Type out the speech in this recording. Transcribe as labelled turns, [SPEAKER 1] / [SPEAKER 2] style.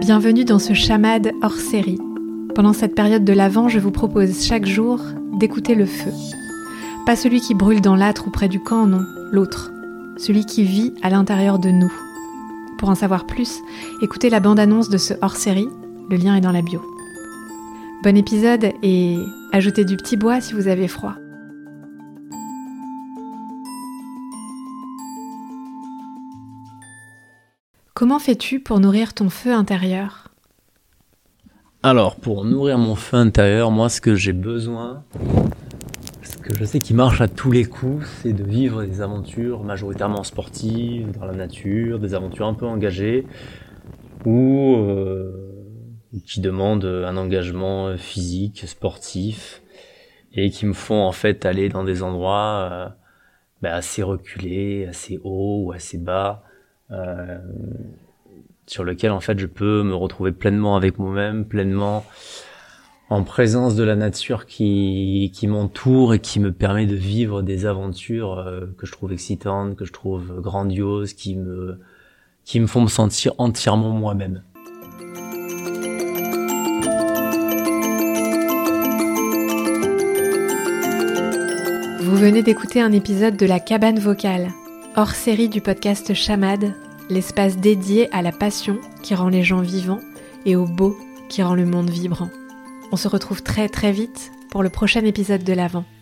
[SPEAKER 1] Bienvenue dans ce Chamade hors série. Pendant cette période de l'Avent, je vous propose chaque jour d'écouter le feu. Pas celui qui brûle dans l'âtre ou près du camp, non, l'autre. Celui qui vit à l'intérieur de nous. Pour en savoir plus, écoutez la bande-annonce de ce hors-série, le lien est dans la bio. Bon épisode et ajoutez du petit bois si vous avez froid. Comment fais-tu pour nourrir ton feu intérieur ?
[SPEAKER 2] Alors, pour nourrir mon feu intérieur, moi, ce que j'ai besoin, ce que je sais qui marche à tous les coups, c'est de vivre des aventures majoritairement sportives, dans la nature, des aventures un peu engagées, ou qui demandent un engagement physique, sportif, et qui me font en fait aller dans des endroits assez reculés, assez hauts ou assez bas, sur lequel en fait je peux me retrouver pleinement avec moi-même, pleinement en présence de la nature qui m'entoure et qui me permet de vivre des aventures que je trouve excitantes, que je trouve grandioses, qui me font me sentir entièrement moi-même.
[SPEAKER 1] Vous venez d'écouter un épisode de La Cabane Vocale, hors série du podcast Chamade, l'espace dédié à la passion qui rend les gens vivants et au beau qui rend le monde vibrant. On se retrouve très très vite pour le prochain épisode de l'Avent.